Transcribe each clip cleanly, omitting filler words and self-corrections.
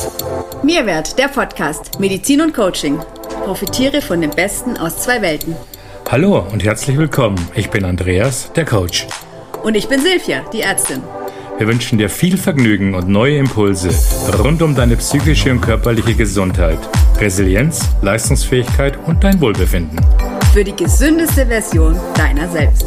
Mehrwert, der Podcast Medizin und Coaching. Profitiere von dem Besten aus zwei Welten. Hallo und herzlich willkommen. Ich bin Andreas, der Coach. Und ich bin Silvia, die Ärztin. Wir wünschen dir viel Vergnügen und neue Impulse rund um deine psychische und körperliche Gesundheit, Resilienz, Leistungsfähigkeit und dein Wohlbefinden. Für die gesündeste Version deiner selbst.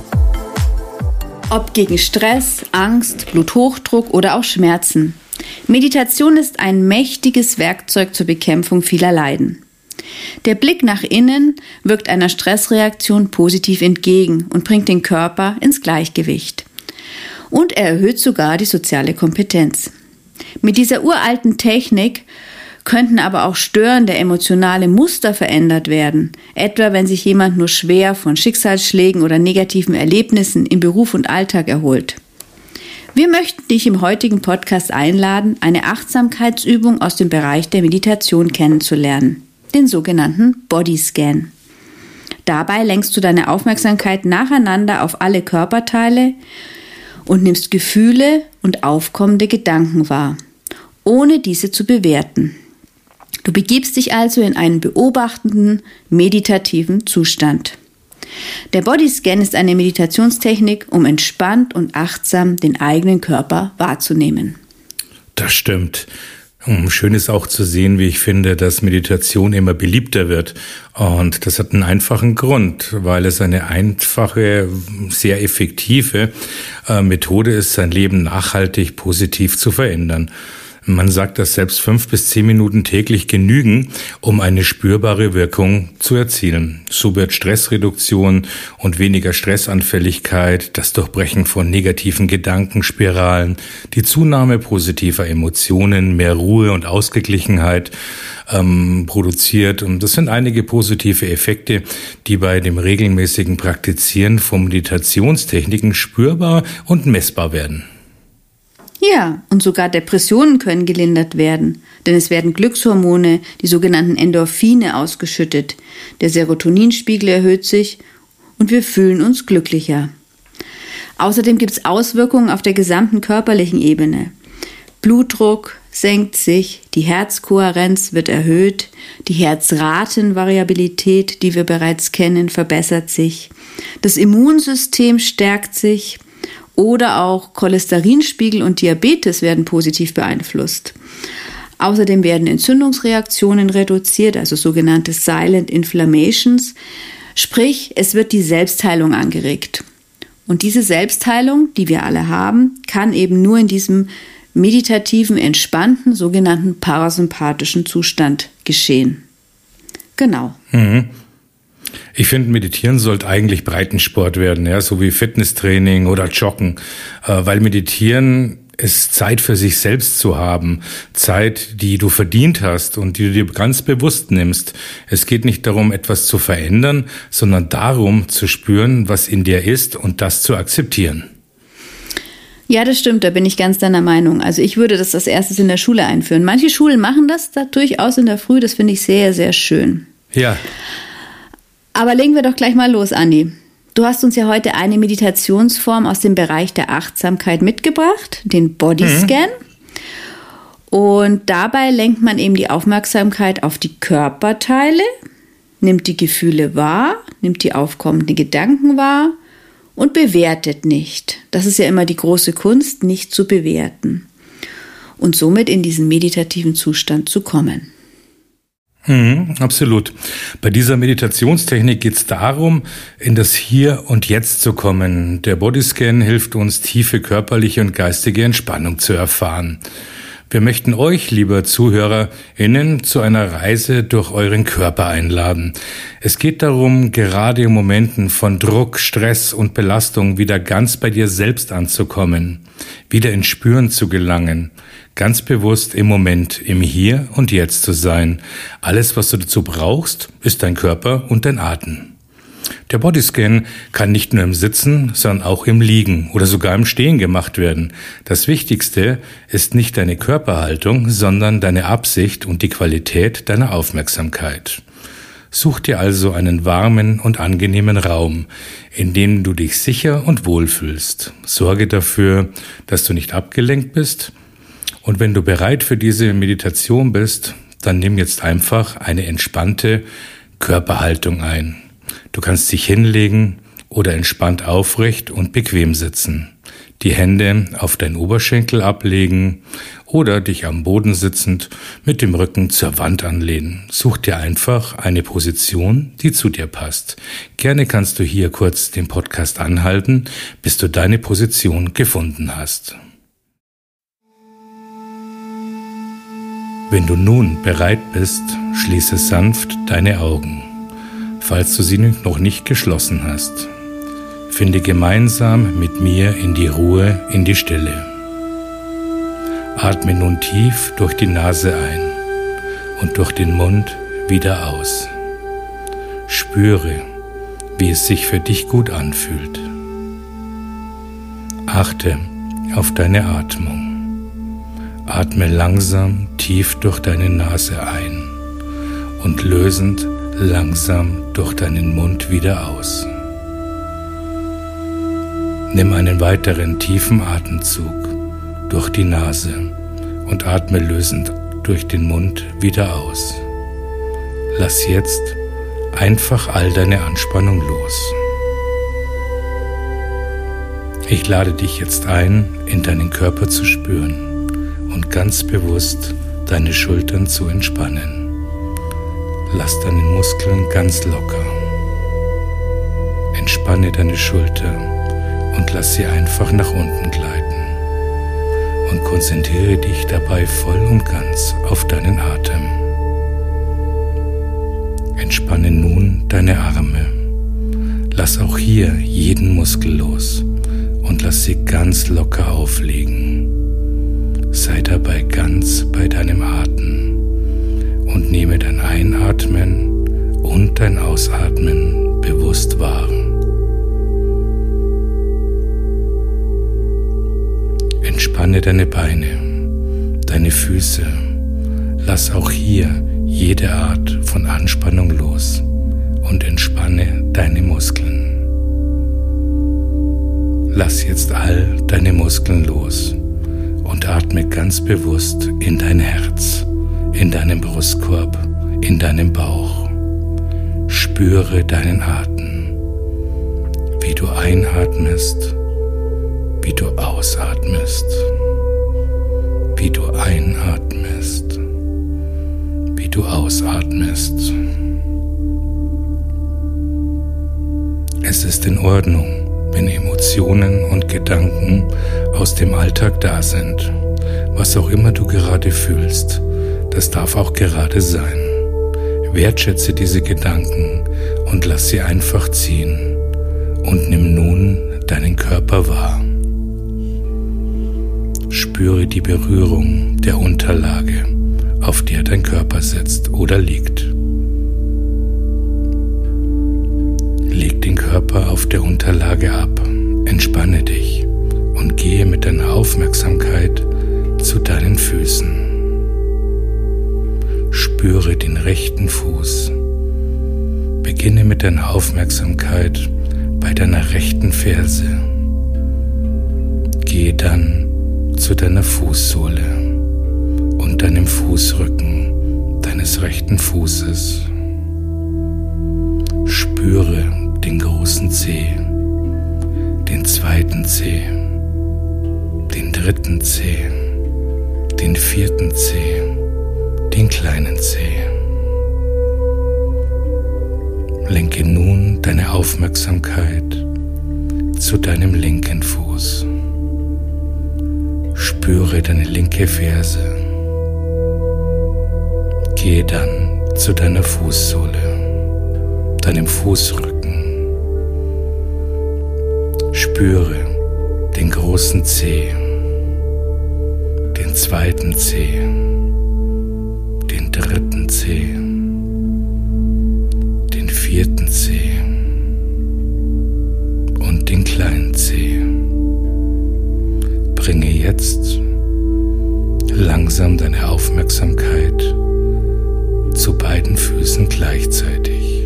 Ob gegen Stress, Angst, Bluthochdruck oder auch Schmerzen. Meditation ist ein mächtiges Werkzeug zur Bekämpfung vieler Leiden. Der Blick nach innen wirkt einer Stressreaktion positiv entgegen und bringt den Körper ins Gleichgewicht. Und er erhöht sogar die soziale Kompetenz. Mit dieser uralten Technik könnten aber auch störende emotionale Muster verändert werden, etwa wenn sich jemand nur schwer von Schicksalsschlägen oder negativen Erlebnissen im Beruf und Alltag erholt. Wir möchten dich im heutigen Podcast einladen, eine Achtsamkeitsübung aus dem Bereich der Meditation kennenzulernen, den sogenannten Bodyscan. Dabei lenkst du deine Aufmerksamkeit nacheinander auf alle Körperteile und nimmst Gefühle und aufkommende Gedanken wahr, ohne diese zu bewerten. Du begibst dich also in einen beobachtenden, meditativen Zustand. Der Bodyscan ist eine Meditationstechnik, um entspannt und achtsam den eigenen Körper wahrzunehmen. Das stimmt. Schön ist auch zu sehen, wie ich finde, dass Meditation immer beliebter wird. Und das hat einen einfachen Grund, weil es eine einfache, sehr effektive Methode ist, sein Leben nachhaltig positiv zu verändern. Man sagt, dass selbst 5 bis 10 Minuten täglich genügen, um eine spürbare Wirkung zu erzielen. So wird Stressreduktion und weniger Stressanfälligkeit, das Durchbrechen von negativen Gedankenspiralen, die Zunahme positiver Emotionen, mehr Ruhe und Ausgeglichenheit produziert. Und das sind einige positive Effekte, die bei dem regelmäßigen Praktizieren von Meditationstechniken spürbar und messbar werden. Ja, und sogar Depressionen können gelindert werden, denn es werden Glückshormone, die sogenannten Endorphine, ausgeschüttet. Der Serotoninspiegel erhöht sich und wir fühlen uns glücklicher. Außerdem gibt es Auswirkungen auf der gesamten körperlichen Ebene. Blutdruck senkt sich, die Herzkohärenz wird erhöht, die Herzratenvariabilität, die wir bereits kennen, verbessert sich, das Immunsystem stärkt sich, oder auch Cholesterinspiegel und Diabetes werden positiv beeinflusst. Außerdem werden Entzündungsreaktionen reduziert, also sogenannte Silent Inflammations, sprich, es wird die Selbstheilung angeregt. Und diese Selbstheilung, die wir alle haben, kann eben nur in diesem meditativen, entspannten, sogenannten parasympathischen Zustand geschehen. Genau. Ich finde, Meditieren sollte eigentlich Breitensport werden, ja, so wie Fitnesstraining oder Joggen, weil Meditieren ist Zeit für sich selbst zu haben, Zeit, die du verdient hast und die du dir ganz bewusst nimmst. Es geht nicht darum, etwas zu verändern, sondern darum zu spüren, was in dir ist und das zu akzeptieren. Ja, das stimmt, da bin ich ganz deiner Meinung. Also ich würde das als erstes in der Schule einführen. Manche Schulen machen das da durchaus in der Früh, das finde ich sehr, sehr schön. Ja. Aber legen wir doch gleich mal los, Andi. Du hast uns ja heute eine Meditationsform aus dem Bereich der Achtsamkeit mitgebracht, den Bodyscan. Und dabei lenkt man eben die Aufmerksamkeit auf die Körperteile, nimmt die Gefühle wahr, nimmt die aufkommenden Gedanken wahr und bewertet nicht. Das ist ja immer die große Kunst, nicht zu bewerten. Und somit in diesen meditativen Zustand zu kommen. Absolut. Bei dieser Meditationstechnik geht es darum, in das Hier und Jetzt zu kommen. Der Bodyscan hilft uns, tiefe körperliche und geistige Entspannung zu erfahren. Wir möchten euch, liebe ZuhörerInnen, zu einer Reise durch euren Körper einladen. Es geht darum, gerade in Momenten von Druck, Stress und Belastung wieder ganz bei dir selbst anzukommen, wieder ins Spüren zu gelangen, ganz bewusst im Moment, im Hier und Jetzt zu sein. Alles, was du dazu brauchst, ist dein Körper und dein Atem. Der Bodyscan kann nicht nur im Sitzen, sondern auch im Liegen oder sogar im Stehen gemacht werden. Das Wichtigste ist nicht deine Körperhaltung, sondern deine Absicht und die Qualität deiner Aufmerksamkeit. Such dir also einen warmen und angenehmen Raum, in dem du dich sicher und wohl fühlst. Sorge dafür, dass du nicht abgelenkt bist Und wenn du bereit für diese Meditation bist, dann nimm jetzt einfach eine entspannte Körperhaltung ein. Du kannst dich hinlegen oder entspannt aufrecht und bequem sitzen. Die Hände auf deinen Oberschenkel ablegen oder dich am Boden sitzend mit dem Rücken zur Wand anlehnen. Such dir einfach eine Position, die zu dir passt. Gerne kannst du hier kurz den Podcast anhalten, bis du deine Position gefunden hast. Wenn du nun bereit bist, schließe sanft deine Augen, falls du sie noch nicht geschlossen hast. Finde gemeinsam mit mir in die Ruhe, in die Stille. Atme nun tief durch die Nase ein und durch den Mund wieder aus. Spüre, wie es sich für dich gut anfühlt. Achte auf deine Atmung. Atme langsam tief durch deine Nase ein und lösend langsam durch deinen Mund wieder aus. Nimm einen weiteren tiefen Atemzug durch die Nase und atme lösend durch den Mund wieder aus. Lass jetzt einfach all deine Anspannung los. Ich lade dich jetzt ein, in deinen Körper zu spüren und ganz bewusst deine Schultern zu entspannen. Lass deine Muskeln ganz locker. Entspanne deine Schulter und lass sie einfach nach unten gleiten. Und konzentriere dich dabei voll und ganz auf deinen Atem. Entspanne nun deine Arme. Lass auch hier jeden Muskel los und lass sie ganz locker aufliegen. Sei dabei ganz bei deinem Atem und nehme dein Einatmen und dein Ausatmen bewusst wahr. Entspanne deine Beine, deine Füße. Lass auch hier jede Art von Anspannung los und entspanne deine Muskeln. Lass jetzt all deine Muskeln los und atme ganz bewusst in dein Herz, in deinen Brustkorb, in deinem Bauch. Spüre deinen Atem, wie du einatmest, wie du ausatmest, wie du einatmest, wie du ausatmest. Es ist in Ordnung, wenn Emotionen und Gedanken aus dem Alltag da sind. Was auch immer du gerade fühlst, das darf auch gerade sein. Wertschätze diese Gedanken und lass sie einfach ziehen und nimm nun deinen Körper wahr. Spüre die Berührung der Unterlage, auf der dein Körper sitzt oder liegt. Leg den Körper auf der Unterlage ab, entspanne dich und gehe mit deiner Aufmerksamkeit zu deinen Füßen. Spüre den rechten Fuß. Beginne mit deiner Aufmerksamkeit bei deiner rechten Ferse. Gehe dann zu deiner Fußsohle und deinem Fußrücken deines rechten Fußes. Spüre den großen Zeh, den zweiten Zeh, den dritten Zeh, den vierten Zeh, den kleinen Zeh. Lenke nun deine Aufmerksamkeit zu deinem linken Fuß. Spüre deine linke Ferse. Gehe dann zu deiner Fußsohle, deinem Fußrücken. Spüre den großen Zeh, den zweiten Zeh, den dritten Zeh, den vierten Zeh und den kleinen Zeh. Bringe jetzt langsam deine Aufmerksamkeit zu beiden Füßen gleichzeitig.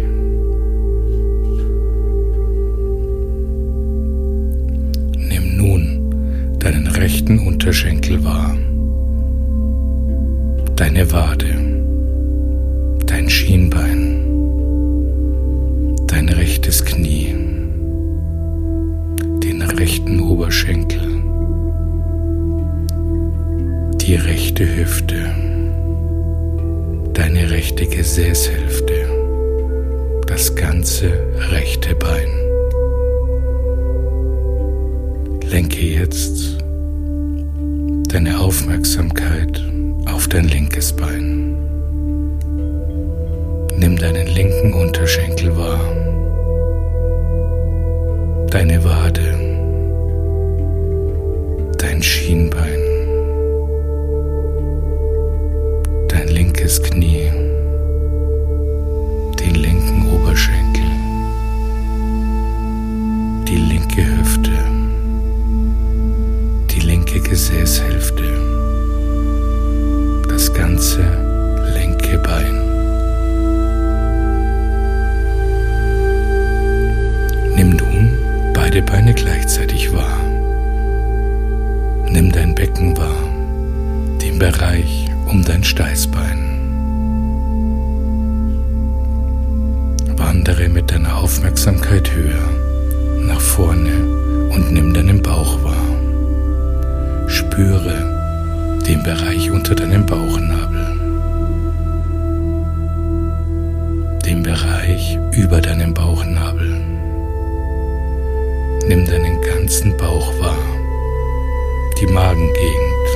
Nimm nun deinen rechten Unterschenkel wahr, deine Wade, dein Schienbein, dein rechtes Knie, den rechten Oberschenkel, die rechte Hüfte, deine rechte Gesäßhälfte, das ganze rechte Bein. Lenke jetzt deine Aufmerksamkeit auf dein linkes Bein. Nimm deinen linken Unterschenkel wahr, deine Wade, dein Schienbein, dein linkes Knie, den linken Oberschenkel, die linke Hüfte, die linke Gesäßhälfte, das ganze linke Bein. Nimm nun beide Beine gleichzeitig wahr. Nimm dein Becken wahr, den Bereich um dein Steißbein. Wandere mit deiner Aufmerksamkeit höher, nach vorne und nimm deinen Bauch wahr. Spüre den Bereich unter deinem Bauchnabel, den Bereich über deinem Bauchnabel. Nimm deinen ganzen Bauch wahr, die Magengegend,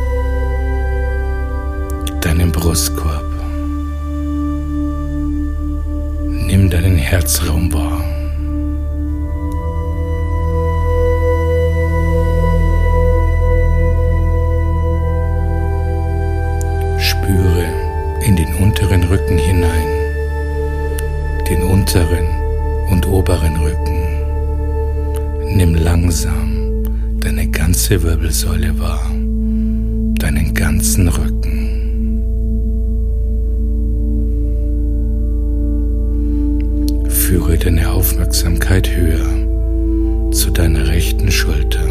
deinen Brustkorb. Nimm deinen Herzraum wahr. Spüre in den unteren Rücken hinein, den unteren und oberen Rücken. Nimm langsam deine ganze Wirbelsäule wahr, deinen ganzen Rücken. Führe deine Aufmerksamkeit höher zu deiner rechten Schulter,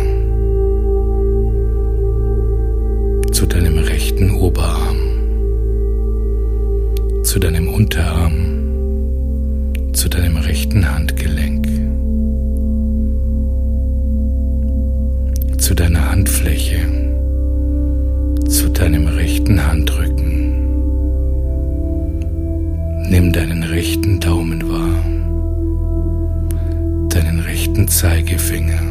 zu deinem rechten Oberarm, zu deinem Unterarm, zu deinem rechten Handgelenk, zu deiner Handfläche, zu deinem rechten Handrücken. Nimm deinen rechten Daumen wahr, deinen rechten Zeigefinger,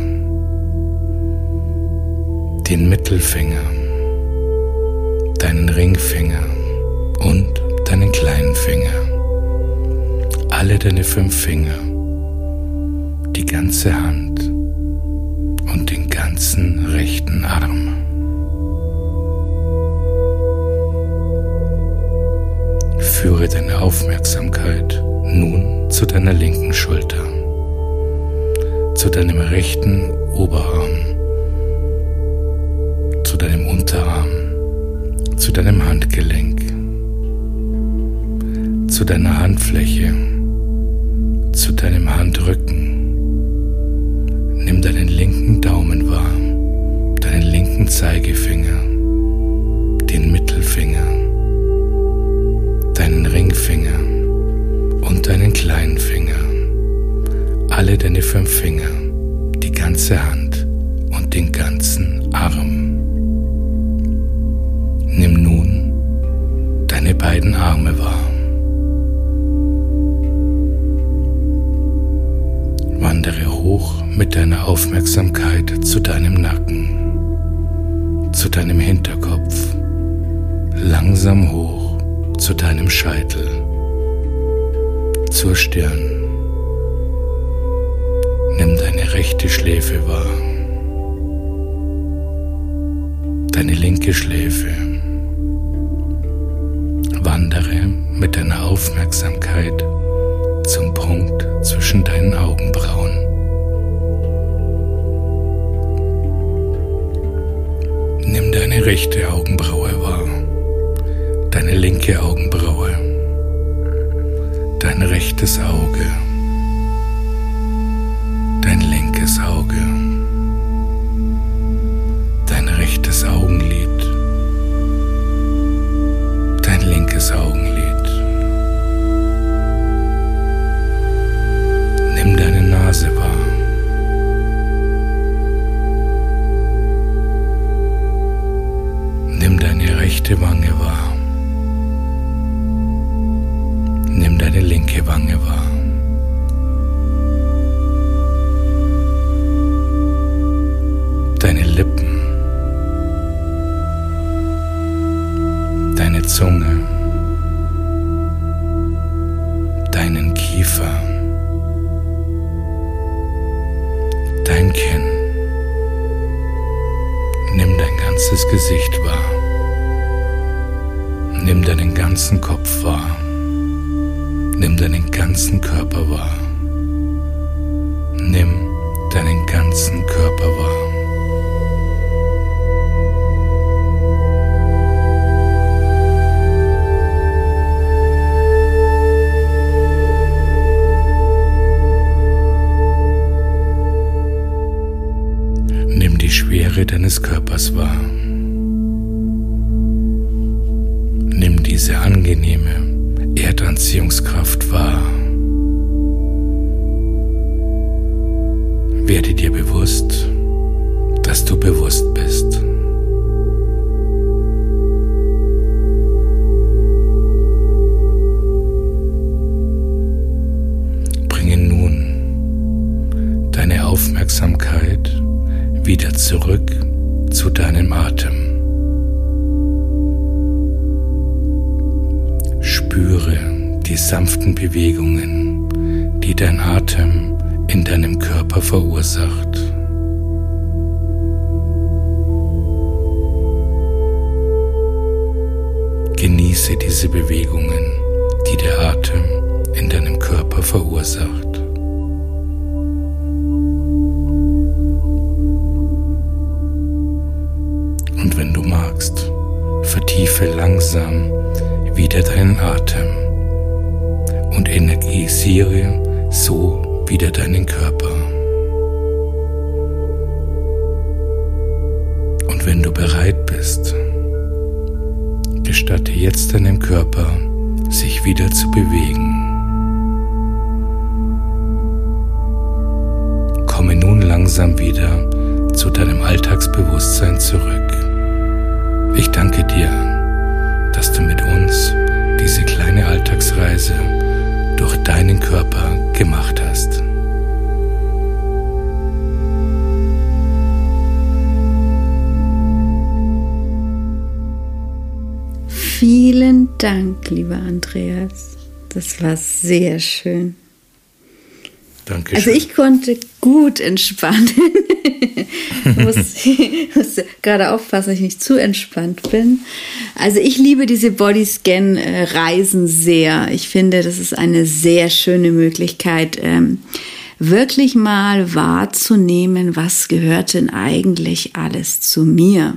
den Mittelfinger, deinen Ringfinger und deinen kleinen Finger. Alle deine 5 Finger, die ganze Hand und den ganzen rechten Arm. Führe deine Aufmerksamkeit nun zu deiner linken Schulter, zu deinem rechten Oberarm, zu deinem Unterarm, zu deinem Handgelenk, zu deiner Handfläche, zu deinem Handrücken. Nimm deinen linken Daumen wahr, deinen linken Zeigefinger, den Mittelfinger, deinen Ringfinger und deinen kleinen Finger. Alle deine 5 Finger, die ganze Hand und den ganzen Arm. Nimm nun deine beiden Arme wahr. Wandere hoch mit deiner Aufmerksamkeit zu deinem Nacken, zu deinem Hinterkopf, langsam hoch zu deinem Scheitel, zur Stirn. Nimm deine rechte Schläfe wahr, deine linke Schläfe. Wandere mit deiner Aufmerksamkeit zum Punkt zwischen deinen Augenbrauen. Nimm deine rechte Augenbraue wahr, deine linke Augenbraue, dein rechtes Auge, dein linkes Auge, dein rechtes Augenlid, rechte Wange wahr. Nimm deine linke Wange wahr. Deine Lippen, deine Zunge, deinen Kiefer, dein Kinn. Nimm dein ganzes Gesicht wahr. Nimm deinen ganzen Kopf wahr. Nimm deinen ganzen Körper wahr. Nimm deinen ganzen Körper wahr. Nimm die Schwere deines Körpers wahr. Nimm diese angenehme Erdanziehungskraft wahr. Werde dir bewusst, dass du bewusst bist. Bringe nun deine Aufmerksamkeit wieder zurück zu deinem Atem. Spüre die sanften Bewegungen, die dein Atem in deinem Körper verursacht. Genieße diese Bewegungen, die der Atem in deinem Körper verursacht. Und wenn du magst, vertiefe langsam wieder deinen Atem und energisiere so wieder deinen Körper. Und wenn du bereit bist, gestatte jetzt deinem Körper, sich wieder zu bewegen. Komme nun langsam wieder zu deinem Alltagsbewusstsein zurück. Ich danke dir, dass du mit uns diese kleine Alltagsreise durch deinen Körper gemacht hast. Vielen Dank, lieber Andreas. Das war sehr schön. Dankeschön. Also ich konnte gut entspannen. Ich muss gerade aufpassen, dass ich nicht zu entspannt bin. Also ich liebe diese Bodyscan-Reisen sehr. Ich finde, das ist eine sehr schöne Möglichkeit, wirklich mal wahrzunehmen, was gehört denn eigentlich alles zu mir.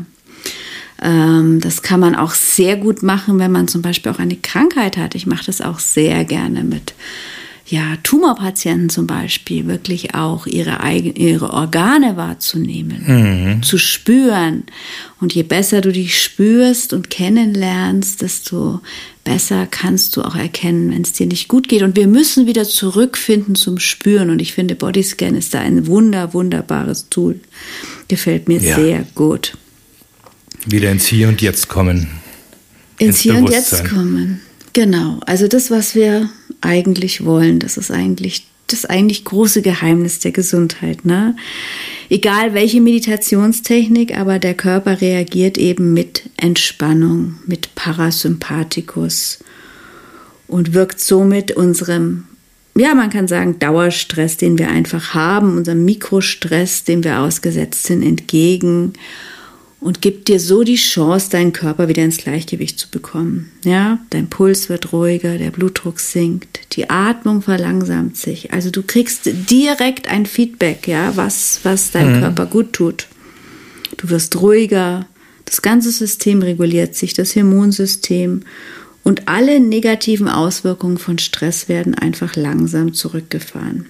Das kann man auch sehr gut machen, wenn man zum Beispiel auch eine Krankheit hat. Ich mache das auch sehr gerne mit Tumorpatienten zum Beispiel, wirklich auch ihre Organe wahrzunehmen, zu spüren. Und je besser du dich spürst und kennenlernst, desto besser kannst du auch erkennen, wenn es dir nicht gut geht. Und wir müssen wieder zurückfinden zum Spüren. Und ich finde, Bodyscan ist da ein wunderbares Tool. Gefällt mir sehr gut. Wieder ins Hier und Jetzt kommen. Ins Hier und Jetzt kommen. Genau. Also das, was wir eigentlich wollen, das ist eigentlich das große Geheimnis der Gesundheit, ne? Egal welche Meditationstechnik, aber der Körper reagiert eben mit Entspannung, mit Parasympathikus und wirkt somit unserem, man kann sagen, Dauerstress, den wir einfach haben, unserem Mikrostress, dem wir ausgesetzt sind, entgegen. Und gibt dir so die Chance, deinen Körper wieder ins Gleichgewicht zu bekommen. Ja, dein Puls wird ruhiger, der Blutdruck sinkt, die Atmung verlangsamt sich. Also du kriegst direkt ein Feedback, was deinem Körper gut tut. Du wirst ruhiger, das ganze System reguliert sich, das Hormonsystem. Und alle negativen Auswirkungen von Stress werden einfach langsam zurückgefahren.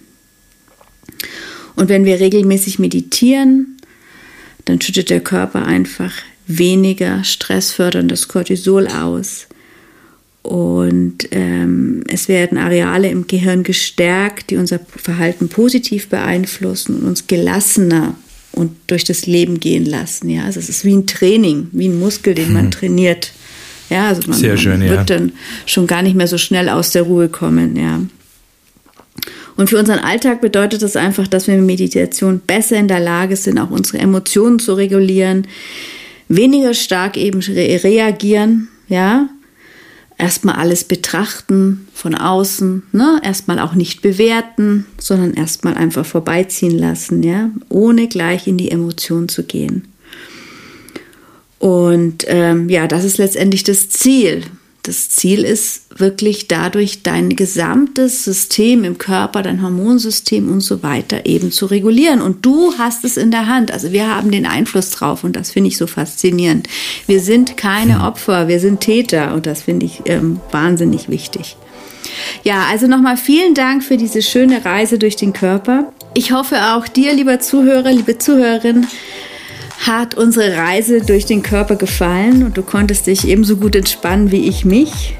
Und wenn wir regelmäßig meditieren, dann schüttet der Körper einfach weniger stressförderndes Cortisol aus. Und es werden Areale im Gehirn gestärkt, die unser Verhalten positiv beeinflussen und uns gelassener und durch das Leben gehen lassen. Ja, also es ist wie ein Training, wie ein Muskel, den man trainiert. Ja, also man Sehr schön, wird dann schon gar nicht mehr so schnell aus der Ruhe kommen, ja. Und für unseren Alltag bedeutet das einfach, dass wir mit Meditation besser in der Lage sind, auch unsere Emotionen zu regulieren, weniger stark eben reagieren, ja. Erstmal alles betrachten von außen, ne? Erstmal auch nicht bewerten, sondern erstmal einfach vorbeiziehen lassen, ja, ohne gleich in die Emotion zu gehen. Und das ist letztendlich das Ziel. Das Ziel ist wirklich dadurch dein gesamtes System im Körper, dein Hormonsystem und so weiter eben zu regulieren. Und du hast es in der Hand. Also wir haben den Einfluss drauf und das finde ich so faszinierend. Wir sind keine Opfer, wir sind Täter und das finde ich wahnsinnig wichtig. Ja, also nochmal vielen Dank für diese schöne Reise durch den Körper. Ich hoffe auch dir, lieber Zuhörer, liebe Zuhörerin, hat unsere Reise durch den Körper gefallen und du konntest dich ebenso gut entspannen wie ich mich.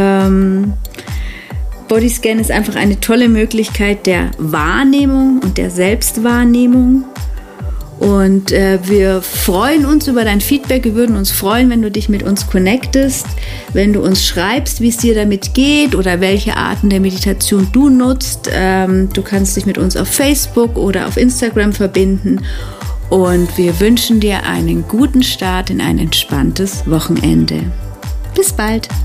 Bodyscan ist einfach eine tolle Möglichkeit der Wahrnehmung und der Selbstwahrnehmung. Und wir freuen uns über dein Feedback. Wir würden uns freuen, wenn du dich mit uns connectest, wenn du uns schreibst, wie es dir damit geht oder welche Arten der Meditation du nutzt. Du kannst dich mit uns auf Facebook oder auf Instagram verbinden. Und wir wünschen dir einen guten Start in ein entspanntes Wochenende. Bis bald!